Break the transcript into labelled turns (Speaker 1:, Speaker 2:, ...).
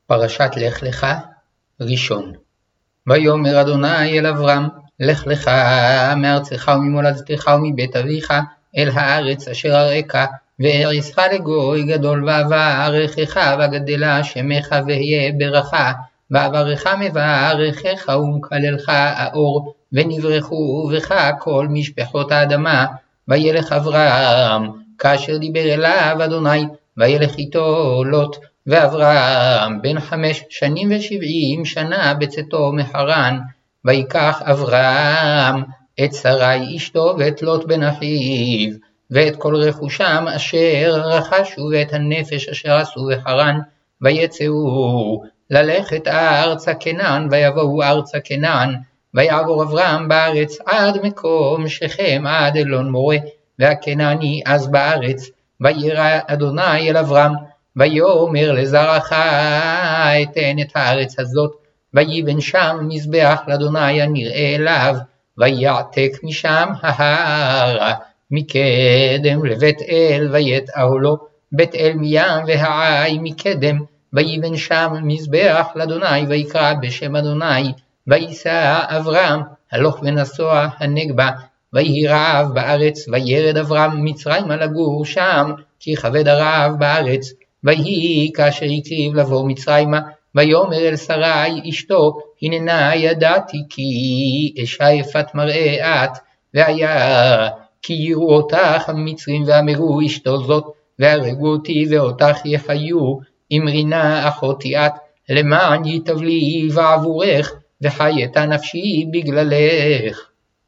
Speaker 1: פרשת לך לך ראשון. ויאמר אדוני אל אברהם, לך לך מארצך וממולדתך ומבית אביך אל הארץ אשר אראך, ואריסך לגוי גדול ואברכך וגדלה שמך והיה ברכה, ואברך מברכך ומקללך האור, ונברכו בך כל משפחות האדמה. וילך אברהם כאשר דיבר אליו אדוני, וילך איתו לוט. ואברהם בן 5 שנים ו70 שנה בצאתו מחרן. ויקח אברהם את שרי אשתו ואת לוט בן אחיו, ואת כל רכושם אשר רכשו, ואת הנפש אשר עשו בחרן. ויצאו ללכת ארצה כנען, ויבואו ארצה כנען. ויעבור אברהם בארץ עד מקום שכם עד אלון מורה, והכנעני אז בארץ. וירא אדוני אל אברהם, ויאמר לזרעך אתן את הארץ הזאת, ויבן שם מזבח לאדוני הנראה אליו, ויעתק משם ההר מקדם לבית אל, ויטעו לו בית אל מים והעי מקדם. ויבן שם מזבח לאדוני, ויקרא בשם אדוני. וייסע אברהם הלוך ונסוע הנגבה, ויהי רעב בארץ. וירד אברהם מצרימה לגור שם, כי כבד הרעב בארץ. ויהי כאשר הקריב לבוא מצרימה, ויאמר אל שרי אשתו, הננה ידעתי כי אשה יפת מראה את, והיה כי יראו אותך המצרים ואמרו אשתו זאת, והרגו אותי ואותך יחיו, אמרינה אחותי את, למען ייטב לי בעבורך, וחייתה נפשי בגללך.